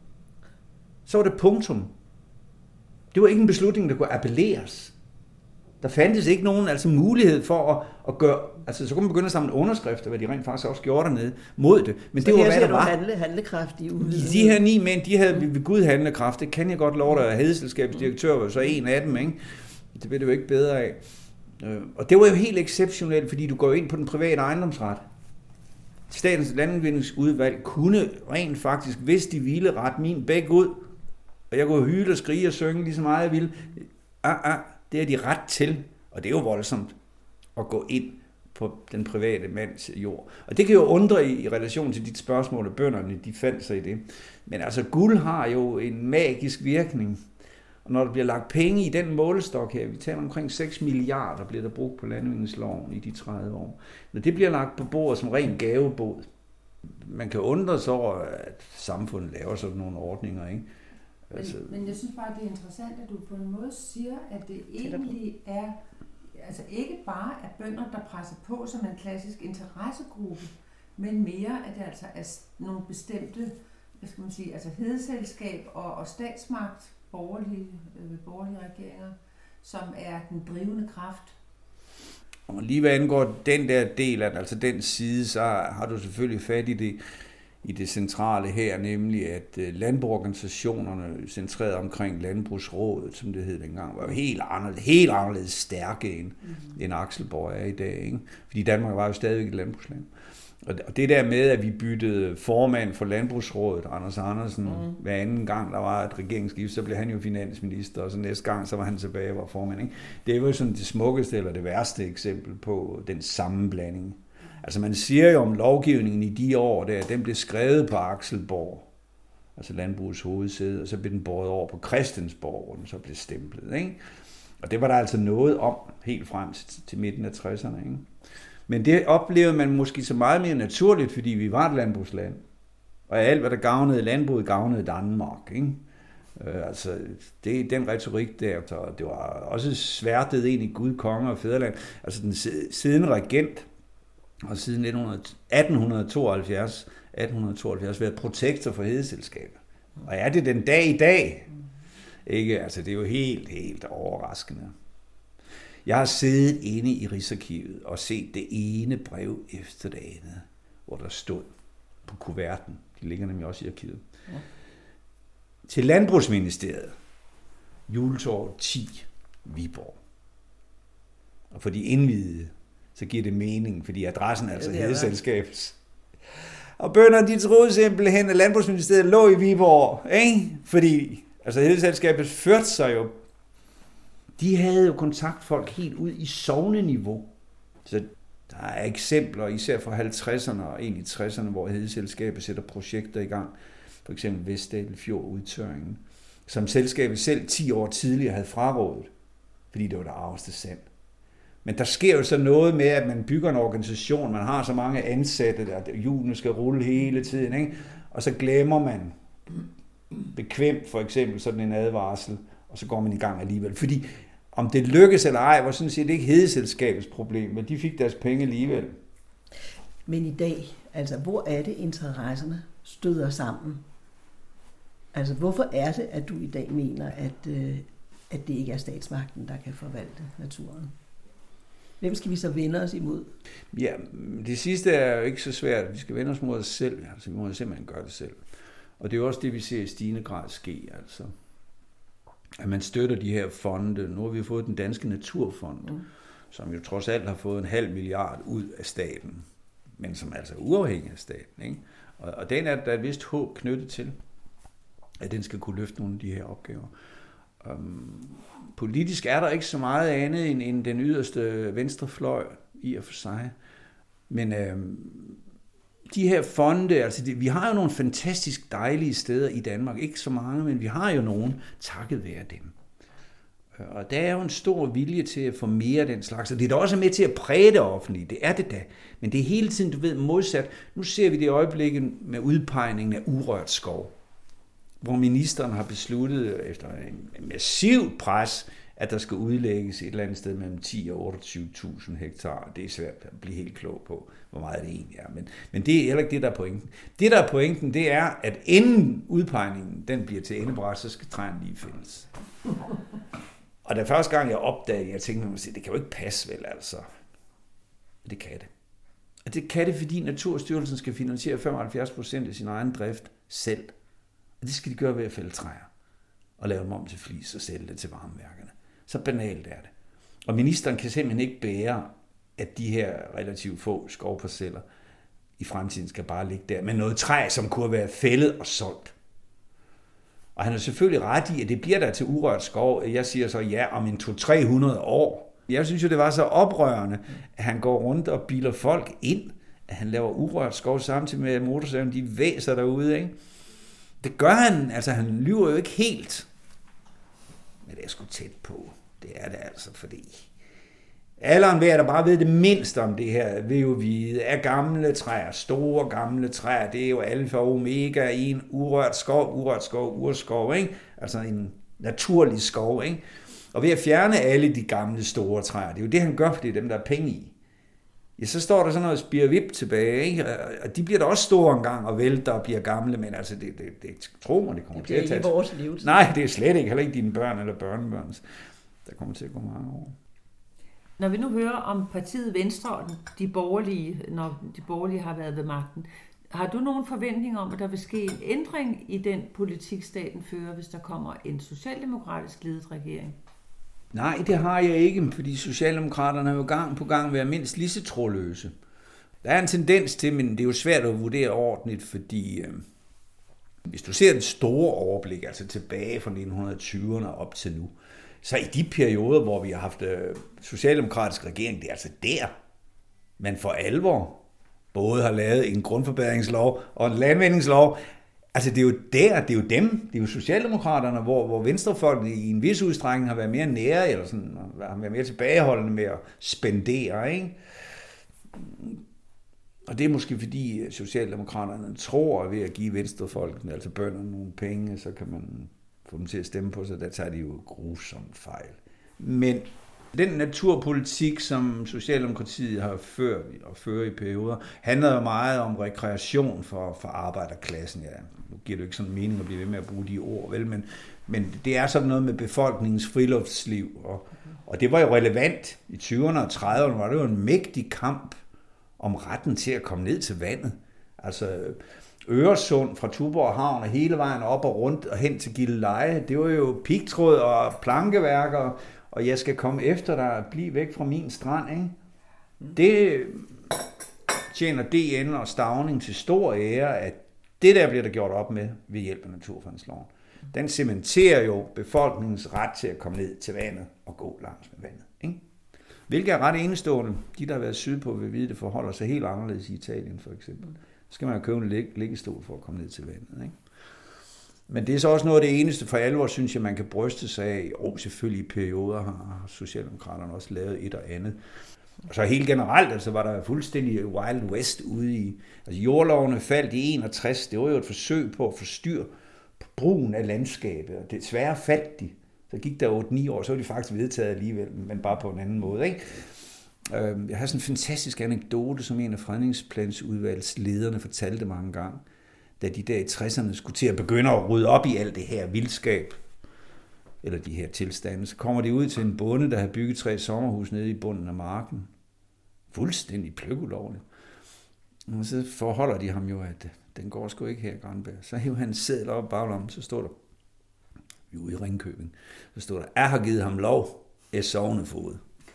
så var det punktum. Det var ikke en beslutning, der kunne appelleres. Der fandtes ikke nogen altså mulighed for at, at gøre, altså så kunne man begynde at samle underskrifter, hvad de rent faktisk også gjorde dernede, mod det. Men så det var, hvad der var. Handle, handlekraft i udvidelsen. De her ni mænd, de havde ved Gud handlekraft. Det kan jeg godt love dig, at Hedeselskabets direktør var så en af dem, ikke? Det blev det jo ikke bedre af. Og det var jo helt exceptionelt, fordi du går ind på den private ejendomsret. Statens Landvindingsudvalg kunne rent faktisk, hvis de ville, rette min bæk ud, og jeg kunne hyle og skrige og synge lige så meget jeg ville. Ah, ah, det er de ret til, og det er jo voldsomt at gå ind på den private mands jord. Og det kan jo undre i, i relation til dit spørgsmål, at bønderne de fandt sig i det. Men altså guld har jo en magisk virkning. Og når der bliver lagt penge i den målestok her, vi taler omkring seks milliarder, bliver der brugt på landvindingsloven i de tredive år. Når det bliver lagt på bordet som ren gavebod, man kan undre sig over, at samfundet laver sådan nogle ordninger, ikke? Men, altså, men jeg synes bare, det er interessant, at du på en måde siger, at det egentlig er, altså ikke bare er bønder, der presser på som en klassisk interessegruppe, men mere, at det altså er nogle bestemte, hvad skal man sige, altså hedeselskab og, og statsmagt, borgerlige, øh, borgerlige regeringer, som er den drivende kraft. Og lige hvad angår den der del af, altså den side, så har du selvfølgelig fat i det, i det centrale her, nemlig at landbrugsorganisationerne centreret omkring Landbrugsrådet, som det hed dengang, var jo helt anderledes, helt anderledes stærke end, mm. end Akselborg er i dag. Ikke? Fordi Danmark var jo stadigvæk et landbrugsland. Og det der med, at vi byttede formand for Landbrugsrådet, Anders Andersen, mm. hver anden gang, der var et regeringsskift, så blev han jo finansminister, og så næste gang, så var han tilbage og var formand. Ikke? Det var jo sådan det smukkeste eller det værste eksempel på den sammenblanding. Altså man siger jo om lovgivningen i de år, der, den blev skrevet på Akselborg, altså landbrugets hovedsæde, og så blev den båret over på Christiansborg, hvor den så blev stemplet. Ikke? Og det var der altså noget om helt frem til, til midten af tresserne. Ikke? Men det oplevede man måske så meget mere naturligt, fordi vi var et landbrugsland. Og alt, hvad der gavnede landbruget, gavnede Danmark. Ikke? Øh, altså, det, den retorik der, det var også sværtet ind i Gud, konge og fædreland. Altså den siden regent, og siden atten tooghalvfjerds, atten tooghalvfjerds været protektor for hedeselskabet. Og er det den dag i dag? Ikke? Altså, det er jo helt, helt overraskende. Jeg har siddet inde i Rigsarkivet og set det ene brev efter det andet, hvor der stod på kuverten, de ligger nemlig også i arkivet, ja. Til Landbrugsministeriet, Juletorv ti, Viborg. Og for de indvidede, så giver det mening, fordi adressen er altså ja, hedeselskabets. Og bønderne, de troede simpelthen, at Landbrugsministeriet lå i Viborg, ikke? Fordi altså hedeselskabet førte sig jo. De havde jo kontaktfolk helt ud i sogneniveau. Så der er eksempler, især fra halvtredserne og ind i tresserne, hvor hedeselskabet sætter projekter i gang. For eksempel Vestdal Fjord udtørringen, som selskabet selv ti år tidligere havde frarådet, fordi det var det arveste sand. Men der sker jo så noget med, at man bygger en organisation, man har så mange ansatte, der hjulene skal rulle hele tiden, ikke? Og så glemmer man bekvemt for eksempel sådan en advarsel, og så går man i gang alligevel. Fordi om det lykkes eller ej, var sådan set ikke hedeselskabets problem, men de fik deres penge alligevel. Men i dag, altså hvor er det interesserne støder sammen? Altså hvorfor er det, at du i dag mener, at, øh, at det ikke er statsmagten, der kan forvalte naturen? Hvem skal vi så vende os imod? Ja, det sidste er jo ikke så svært. Vi skal vende os mod os selv. Altså, vi må simpelthen gøre det selv. Og det er jo også det, vi ser i stigende grad ske. Altså, at man støtter de her fonde. Nu har vi fået den danske naturfond, mm. som jo trods alt har fået en halv milliard ud af staten, men som altså er uafhængig af staten. Ikke? Og, og den er der et vist håb knyttet til. at den skal kunne løfte nogle af de her opgaver. Um, politisk er der ikke så meget andet end, end den yderste venstrefløj i og for sig. Men øhm, de her fonde, altså de, vi har jo nogle fantastisk dejlige steder i Danmark. Ikke så mange, men vi har jo nogen takket være dem. Og der er jo en stor vilje til at få mere af den slags. Og det er da også med til at præge det offentlige. Det er det da. Men det er hele tiden, du ved, modsat. Nu ser vi det i øjeblikket med udpegningen af urørt skov, hvor ministeren har besluttet efter en massiv pres, at der skal udlægges et eller andet sted mellem ti og otteogtyve tusind hektar. Det er svært at blive helt klog på, hvor meget det egentlig er. Men, men det er heller ikke det, der er pointen. Det, der er pointen, det er, at inden udpegningen den bliver til endebragt, så skal træerne lige findes. Og da første gang jeg opdagede, jeg tænkte mig, at det kan jo ikke passe vel, altså. Det kan det. Og det kan det, fordi Naturstyrelsen skal finansiere femoghalvfjerds procent af sin egen drift selv. Og det skal de gøre ved at fælde træer og lave dem om til flis og sælge det til varmeværkerne. Så banalt er det. Og ministeren kan simpelthen ikke bære, at de her relativt få skovparceller i fremtiden skal bare ligge der med noget træ, som kunne være fældet og solgt. Og han er selvfølgelig ret i, at det bliver der til urørt skov. Jeg siger så ja, om en to til tre hundrede år. Jeg synes jo, det var så oprørende, at han går rundt og bilder folk ind, at han laver urørt skov samtidig med motorsaven, de væser derude, ikke? Det gør han, altså han lyver jo ikke helt. Men det er sgu tæt på. Det er det altså, fordi alle og enhver, der bare ved det mindste om det her, vil jo vide, at gamle træer, store gamle træer, det er jo alfa og omega i en urørt skov, urørt skov, urskov, ikke? Altså en naturlig skov, ikke? Og ved at fjerne alle de gamle store træer, det er jo det, han gør, fordi det er dem, der er penge i. Ja, så står der sådan noget spirvip tilbage, ikke? Og de bliver da også store engang og vælter og bliver gamle, men altså, det, det, det tro mig, det kommer det til at tage. Det er vores liv. Nej, det er slet ikke, heller ikke dine børn eller børnebørns. Der kommer til at gå mange år. Når vi nu hører om partiet Venstre og de borgerlige, når de borgerlige har været ved magten, har du nogen forventning om, at der vil ske en ændring i den politik, staten fører, hvis der kommer en socialdemokratisk ledet regering? Nej, det har jeg ikke, fordi Socialdemokraterne er jo gang på gang været mindst lige så troløse. Der er en tendens til, men det er jo svært at vurdere ordentligt, fordi øh, hvis du ser den store overblik, altså tilbage fra nitten tyverne op til nu, så i de perioder, hvor vi har haft øh, socialdemokratisk regering, det er altså der, man for alvor både har lavet en grundforbedringslov og en landvindingslov. Altså det er jo der, det er jo dem, det er jo socialdemokraterne, hvor, hvor venstrefolk i en vis udstrækning har været mere nære, eller sådan, har været mere tilbageholdende med at spendere, ikke? Og det er måske fordi socialdemokraterne tror, at ved at give venstrefolkene, altså bønderne, nogle penge, så kan man få dem til at stemme på sig, der tager de jo grusomt fejl. Men den naturpolitik, som Socialdemokratiet har ført og fører i perioder, handler jo meget om rekreation for, for arbejderklassen. Ja, nu giver det jo ikke sådan mening at blive ved med at bruge de ord, vel, men, men det er sådan noget med befolkningens friluftsliv, og, og det var jo relevant. I tyverne og trediverne var det jo en mægtig kamp om retten til at komme ned til vandet. Altså Øresund fra Tuborg Havn og hele vejen op og rundt og hen til Gilleleje, det var jo pigtråd og plankeværker, og jeg skal komme efter dig og blive væk fra min strand, ikke? Det tjener D N og Stauning til stor ære, at det der bliver der gjort op med ved hjælp af Naturfredningsloven. Den cementerer jo befolkningens ret til at komme ned til vandet og gå langs med vandet, ikke? Hvilket er ret enestående. De, der har været sydpå, vil vide, det forholder sig helt anderledes i Italien, for eksempel. Så skal man jo købe en lig- liggestol for at komme ned til vandet, ikke? Men det er så også noget af det eneste for alvor, synes jeg, man kan bryste sig af. Og selvfølgelig i perioder har Socialdemokraterne også lavet et og andet. Og så helt generelt, altså var der fuldstændig Wild West ude i. Altså jordlovene faldt i enogtres. Det var jo et forsøg på at forstyrre på brugen af landskabet. Og desværre faldt de. Så gik der otte ni år, så var de faktisk vedtaget alligevel, men bare på en anden måde, ikke? Jeg har sådan en fantastisk anekdote, som en af fredningsplansudvalgslederne fortalte mange gange, da de der i tresserne skulle til at begynde at rydde op i alt det her vildskab, eller de her tilstande, så kommer de ud til en bonde, der har bygget tre sommerhus nede i bunden af marken. Fuldstændig pløkulovligt. Og så forholder de ham jo, at den går sgu ikke her, Granberg. Så hæver han en seddel op baglommen, så står der, vi er ude i Ringkøbing, så står der, jeg har givet ham lov, jeg sognefod.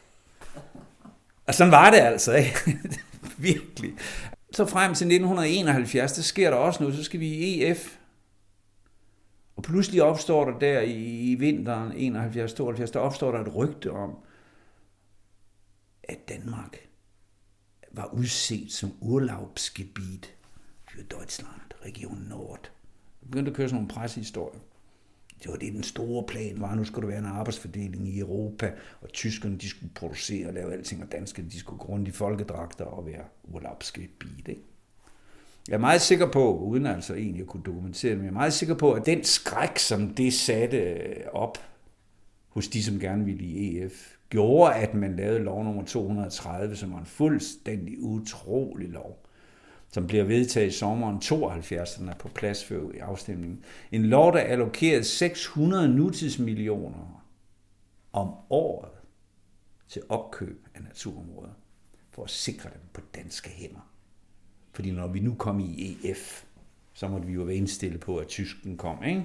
Og sådan var det altså, ikke? Virkelig. Så frem til nitten enoghalvfjerds, der sker der også noget, så skal vi i E F. Og pludselig opstår der der i, i vinteren enoghalvfjerds tooghalvfjerds, der opstår der et rygte om, at Danmark var udset som Urlaubsgebiet für Deutschland, Region Nord. Der begyndte at køre sådan nogle pressehistorier. Det var det, den store plan var. Nu skulle der være en arbejdsfordeling i Europa, og tyskerne, de skulle producere og lave alting, og danskerne, de skulle gå rundt i folkedragter og være Urlaubsgebiet, ikke? Jeg er meget sikker på, uden altså egentlig at kunne dokumentere det, men jeg er meget sikker på, at den skræk, som det satte op hos de, som gerne ville i E F, gjorde, at man lavede lov nummer to hundrede og tredive, som var en fuldstændig utrolig lov, som bliver vedtaget i sommeren tooghalvfjerds, den er på plads før i afstemningen. En lov, der allokerede seks hundrede nutidsmillioner om året til opkøb af naturområder, for at sikre dem på danske hænder. Fordi når vi nu kom i E F, så måtte vi jo være indstillet på, at tysken kom, ikke?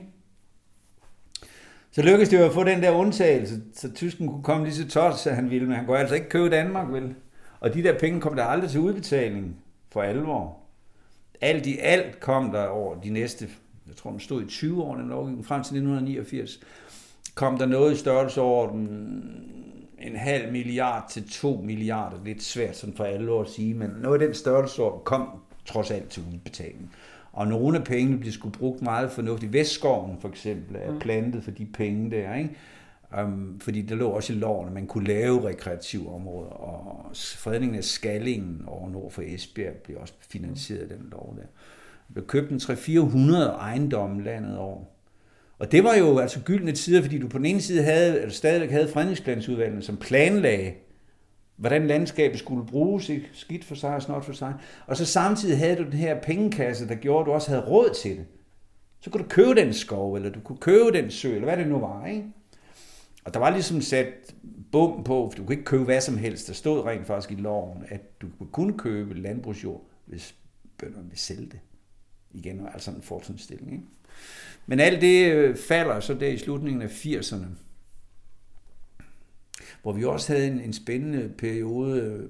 Så lykkedes det jo at få den der undtagelse, så tysken kunne komme lige så tørt, så han ville, men han kunne altså ikke købe Danmark, vel? Og de der penge kom der aldrig til udbetaling for alvor. Alt i alt kom der over de næste, jeg tror den stod i tyve år, den lovgivning, frem til nitten niogfirs, kom der noget i størrelsesorden en halv milliard til to milliarder, lidt svært sådan for alvor at sige, men noget af den størrelsesorden kom trods alt til udbetaling. Og nogle af pengene blev sgu brugt meget fornuftigt. Vestskoven for eksempel er plantet for de penge der, ikke? Um, fordi der lå også i loven, at man kunne lave rekreative områder, og fredningen af Skallingen over nord for Esbjerg blev også finansieret af den lov der. Der blev købt en tre til fire hundrede ejendomme landet over. Og det var jo altså gyldne tider, fordi du på den ene side havde, eller stadigvæk havde fredningsplansudvalgene, som planlagde, hvordan landskabet skulle bruges, ikke? Skidt for sig og snot for sig. Og så samtidig havde du den her pengekasse, der gjorde, at du også havde råd til det. Så kunne du købe den skov, eller du kunne købe den sø, eller hvad det nu var, ikke? Og der var ligesom sat bum på, for du kunne ikke købe hvad som helst. Der stod rent faktisk i loven, at du kunne købe landbrugsjord, hvis bønderne ville sælge det. Igen var altså en fortrinsstilling, ikke? Men alt det falder så der i slutningen af firserne, hvor vi også havde en, en spændende periode,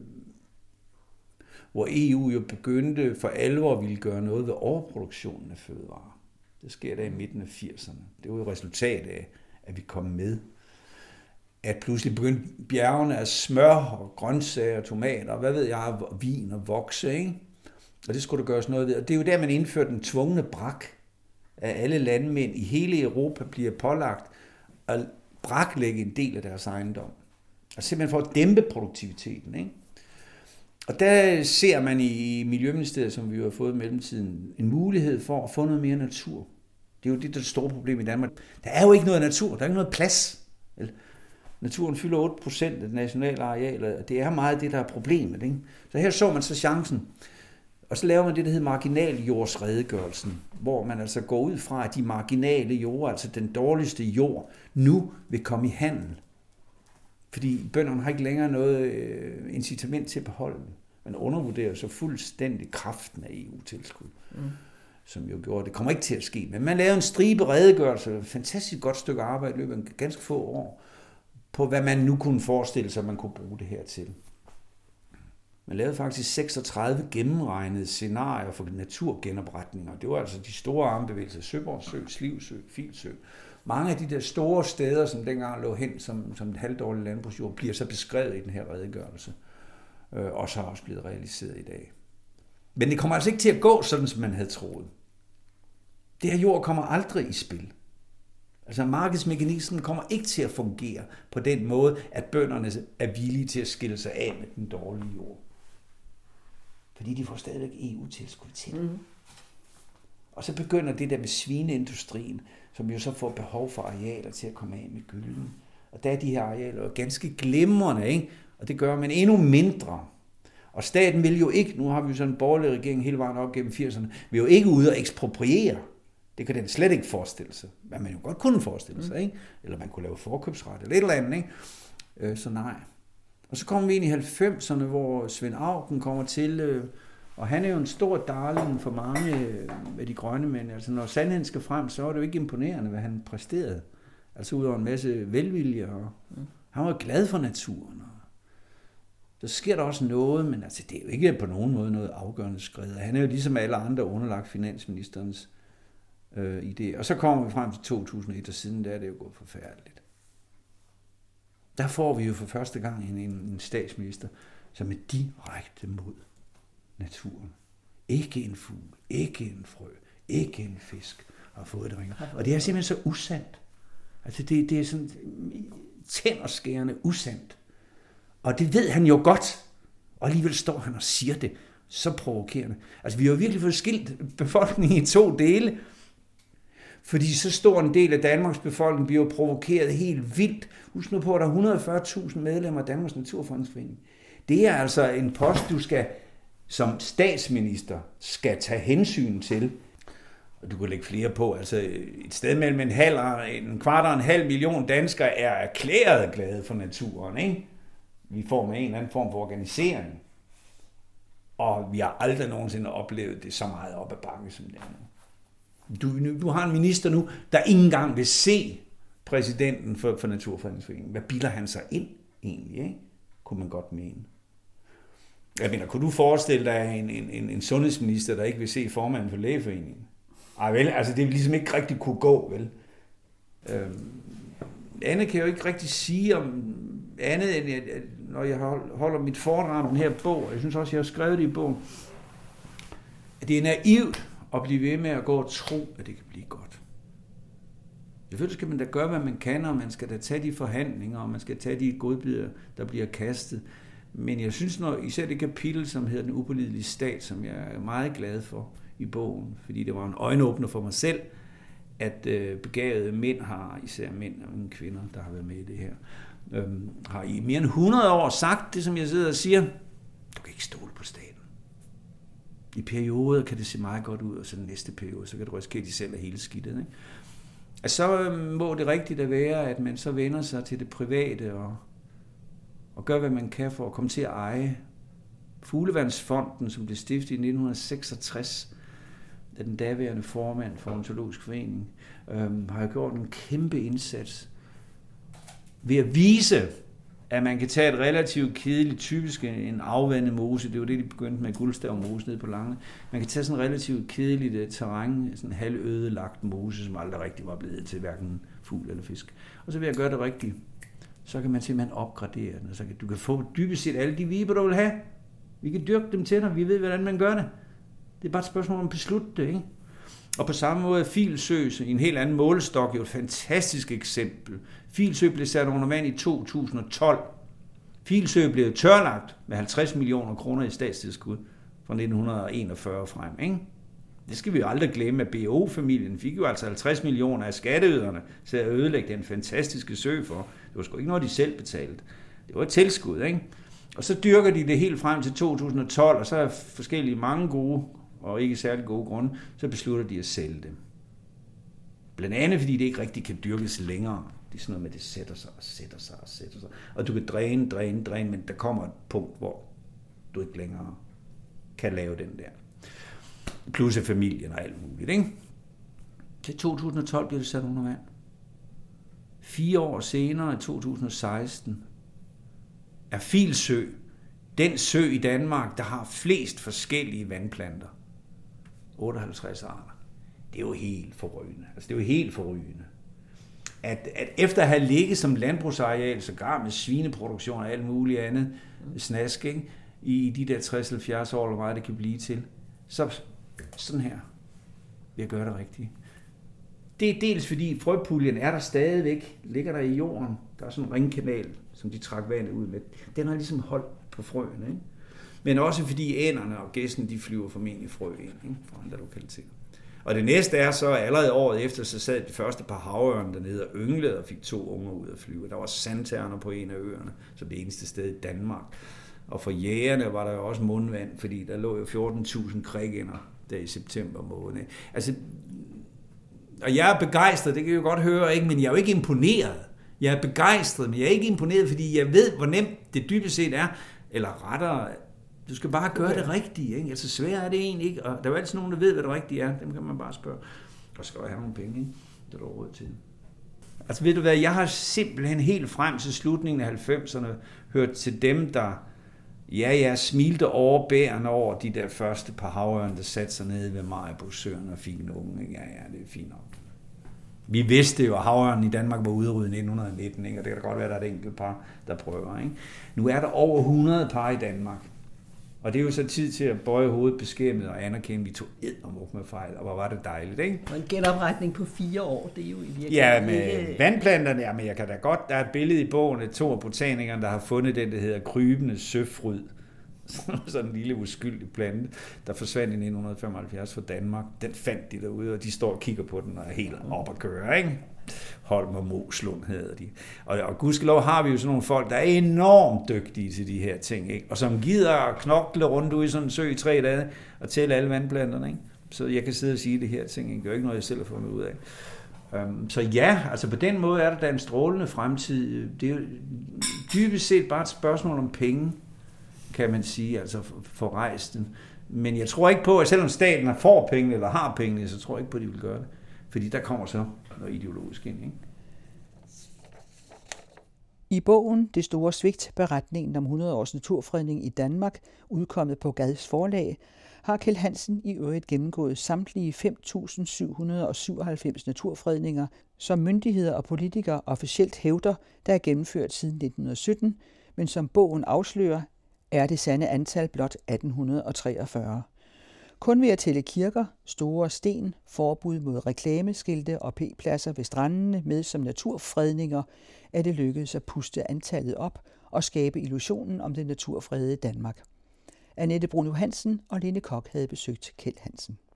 hvor E U jo begyndte for alvor ville gøre noget ved overproduktionen af fødevarer. Det sker der i midten af firserne. Det var jo resultat af, at vi kom med. At pludselig begyndte bjergene af smør og grøntsager, tomater, og hvad ved jeg, og vin og vokse, ikke? Og det skulle der gøres noget ved. Og det er jo der, man indførte den tvungne brak, at alle landmænd i hele Europa bliver pålagt at braklægge en del af deres ejendom. Og simpelthen for at dæmpe produktiviteten, ikke? Og der ser man i Miljøministeriet, som vi jo har fået i mellemtiden, en mulighed for at få noget mere natur. Det er jo det, der er det store problem i Danmark. Der er jo ikke noget natur, der er ikke noget plads. Naturen fylder otte procent af det nationale areal, og det er meget det, der er problemet, ikke? Så her så man så chancen. Og så laver man det, der hedder marginaljordsredegørelsen, hvor man altså går ud fra, at de marginale jorder, altså den dårligste jord, nu vil komme i handel. Fordi bønderne har ikke længere noget incitament til at beholde den. Man undervurderer så fuldstændig kraften af E U-tilskud, mm. som jo gjorde, det kommer ikke til at ske. Men man lavede en stribe redegørelse, et fantastisk godt stykke arbejde i løbet af ganske få år, på hvad man nu kunne forestille sig, man kunne bruge det her til. Man lavede faktisk seksogtredive gennemregnede scenarier for naturgenopretninger. Det var altså de store armbevægelser, Søborgsø, Slivsø, Filsø. Mange af de der store steder, som dengang lå hen som, som et halvdårligt landbrugsjord, bliver så beskrevet i den her redegørelse, øh, og så er også blevet realiseret i dag. Men det kommer altså ikke til at gå sådan, som man havde troet. Det her jord kommer aldrig i spil. Altså markedsmekanismen kommer ikke til at fungere på den måde, at bønderne er villige til at skille sig af med den dårlige jord. Fordi de får stadigvæk E U-tilskud til det. Mm. Og så begynder det der med svineindustrien, som jo så får behov for arealer til at komme af med gylden. Og der er de her arealer ganske glimrende, ikke? Og det gør man endnu mindre. Og staten vil jo ikke, nu har vi jo sådan en borgerlig regering hele vejen op gennem firserne, vil jo ikke ud og ekspropriere. Det kan den slet ikke forestille sig. Hvad man jo godt kunne forestille sig, ikke? Eller man kunne lave forkøbsret eller et eller andet, ikke? Øh, så nej. Og så kommer vi ind i halvfemserne, hvor Svend Auken kommer til, øh, og han er jo en stor darling for mange af de grønne mænd. Altså når sandheden skal frem, så er det jo ikke imponerende, hvad han præsterede. Altså ud over en masse velvilje, og han var glad for naturen. Så sker der også noget, men altså det er jo ikke på nogen måde noget afgørende skridt. Han er jo ligesom alle andre underlagt finansministerens øh, i det. Og så kommer vi frem til to tusind og et, og siden der er det jo gået forfærdeligt. Der får vi jo for første gang en, en, en statsminister, som er direkte mod naturen. Ikke en fugl, ikke en frø, ikke en fisk har fået det ringer. Og det er simpelthen så usandt. Altså det, det er sådan tænderskærende usandt. Og det ved han jo godt. Og alligevel står han og siger det så provokerende. Altså vi har jo virkelig fået skilt befolkningen i to dele. Fordi så stor en del af Danmarks befolkning bliver jo provokeret helt vildt. Husk nu på, at der er et hundrede og fyrre tusind medlemmer af Danmarks Naturfredningsforening. Det er altså en post, du skal som statsminister skal tage hensyn til. Og du kan lægge flere på. Altså et sted mellem en halv og en kvart og en halv million danskere er erklæret glade for naturen, ikke? Vi får med en eller anden form for organisering. Og vi har aldrig nogensinde oplevet det så meget op ad bakke som det er nu. Du, du har en minister nu, der ikke engang vil se præsidenten for, for Naturfredningsforeningen. Hvad bilder han sig ind egentlig, ikke? Kunne man godt mene. Jeg mener, kunne du forestille dig en, en, en, en sundhedsminister, der ikke vil se formanden for Lægeforeningen? Ej vel, altså det vil ligesom ikke rigtig kunne gå, vel? Øhm, Anne kan jo ikke rigtig sige om andet, end at, når jeg holder mit foredrag om den her bog, og jeg synes også, jeg har skrevet det i bogen, at det er naivt at blive ved med at gå og tro, at det kan blive godt. Selvfølgelig skal man da gøre, hvad man kan, og man skal da tage de forhandlinger, og man skal tage de godbidder, der bliver kastet. Men jeg synes, når især det kapitel, som hedder Den upålidelige stat, som jeg er meget glad for i bogen, fordi det var en øjenåbner for mig selv, at øh, begavede mænd har, især mænd og kvinder, der har været med i det her, øh, har i mere end hundrede år sagt det, som jeg sidder og siger, du kan ikke stole på staten. I perioder kan det se meget godt ud, og så den næste periode, så kan det risikere, at de selv er hele skidtet. Ikke? Og så øh, må det rigtigt at være, at man så vender sig til det private, og, og gør, hvad man kan for at komme til at eje Fuglevandsfonden, som blev stiftet i nitten seksogtres, af den daværende formand for Ornitologisk Forening, øhm, har gjort en kæmpe indsats ved at vise, at man kan tage et relativt kedeligt, typisk en afvandet mose, det var det, de begyndte med Guldstav mose nede på Lange. Man kan tage sådan en relativt kedeligt uh, terræn, sådan en halvødelagt mose, som aldrig rigtig var blevet til hverken fugl eller fisk. Og så ved at gøre det rigtigt, så kan man simpelthen opgradere den, og så kan du kan få dybest set alle de viber, du vil have. Vi kan dyrke dem til dig, vi ved, hvordan man gør det. Det er bare et spørgsmål om at beslutte det, ikke? Og på samme måde er Filsø, i en helt anden målestok, jo et fantastisk eksempel. Filsø blev sat under vand i to tusind og tolv. Filsø blev tørlagt med halvtreds millioner kroner i statstilskud fra nitten enogfyrre frem, ikke? Det skal vi jo aldrig glemme, at B O-familien fik jo altså halvtreds millioner af skatteyderne til at ødelægge den fantastiske sø for. Det var sgu ikke noget, de selv betalte. Det var et tilskud, ikke? Og så dyrker de det helt frem til to tusind og tolv, og så er forskellige mange gode og ikke særlig gode grunde, så beslutter de at sælge dem. Blandt andet, fordi det ikke rigtig kan dyrkes længere. Det er sådan noget med, at det sætter sig og sætter sig og sætter sig. Og du kan dræne, dræne, dræne, men der kommer et punkt, hvor du ikke længere kan lave den der. Plus af familien og alt muligt, ikke? Til to tusind og tolv bliver det sat under vand. Fire år senere, i to tusind og seksten, er Filsø den sø i Danmark, der har flest forskellige vandplanter. otteoghalvtreds arter. Det er jo helt forrygende. Altså, det er jo helt forrygende. At, at efter at have ligget som landbrugsareal, sågar med svineproduktion og alt muligt andet snask, ikke? I de der tres til halvfjerds år, eller hvor meget det kan blive til, så sådan her vil jeg gøre det rigtigt. Det er dels fordi frøpuljen er der stadigvæk, ligger der i jorden. Der er sådan en ringkanal, som de trak vandet ud med. Den har ligesom holdt på frøene, ikke? Men også fordi ænderne og gæsten, de flyver formentlig frø ind, ikke? Fra andre lokaliteter. Og det næste er så, at allerede året efter, så sad de første par havørne dernede og ynglede og fik to unger ud at flyve. Der var sandterner på en af øerne, som det eneste sted i Danmark. Og for jægerne var der jo også mundvand, fordi der lå jo fjorten tusind krikænder der i september måned. Altså, og jeg er begejstret, det kan jeg jo godt høre, ikke? Men jeg er jo ikke imponeret. Jeg er begejstret, men jeg er ikke imponeret, fordi jeg ved, hvor nemt det dybest set er. Eller rettere, du skal bare gøre det rigtige, ikke? Altså svært er det egentlig ikke. Og der er jo altid nogen, der ved, hvad det rigtige er. Dem kan man bare spørge. Og så skal jeg have nogle penge, ikke? Det er der råd til. Altså ved du hvad, jeg har simpelthen helt frem til slutningen af halvfemserne hørt til dem, der Ja, jeg smilte overbærende over de der første par havørn, der satte sig nede ved Maribosøen og fik en unge. Ja, ja, det er fint nok. Vi vidste jo, at havørnen i Danmark var udryddet i nitten nitten, ikke? Og det kan da godt være, at der er et enkelt par, der prøver. Ikke? Nu er der over hundrede par i Danmark. Og det er jo så tid til at bøje hovedet beskæmmet og anerkende, at vi tog eddermuk med fejl, og hvor var det dejligt, ikke? Og en genopretning på fire år, det er jo i virkeligheden ja, med ikke... vandplanterne, ja, men jeg kan da godt, der er et billede i bogen af to af botanikerne, der har fundet den, der hedder krybende søfryd. Sådan en lille uskyldig plante, der forsvandt i nitten femoghalvfjerds fra Danmark. Den fandt de derude, og de står og kigger på den og er helt op at køre, ikke? Holm og Moslund hedder de. Og, og gudskelov har vi jo sådan nogle folk, der er enormt dygtige til de her ting, ikke? Og som gider at knokle rundt ude i sådan en sø i tre dage og tælle alle vandplanterne, ikke? Så jeg kan sidde og sige det her ting, ikke? Det er jo ikke noget, jeg selv har fået mig ud af. Um, så ja, altså på den måde er der da en strålende fremtid. Det er jo dybest set bare et spørgsmål om penge, kan man sige, altså for rejsten. Men jeg tror ikke på, at selvom staten får penge eller har penge, så tror jeg ikke på, at de vil gøre det. Fordi der kommer så noget ideologisk ind, ikke? I bogen Det store svigt, beretningen om hundrede års naturfredning i Danmark, udkommet på Gads Forlag, har Kjeld Hansen i øvrigt gennemgået samtlige fem tusind syv hundrede og syvoghalvfems naturfredninger, som myndigheder og politikere officielt hævder, der er gennemført siden nitten sytten, men som bogen afslører, er det sande antal blot atten treogfyrre. Kun ved at tælle kirker, store sten, forbud mod reklameskilte og p-pladser ved strandene med som naturfredninger, er det lykkedes at puste antallet op og skabe illusionen om det naturfredede Danmark. Annette Bruno Hansen og Lene Koch havde besøgt Kjeld Hansen.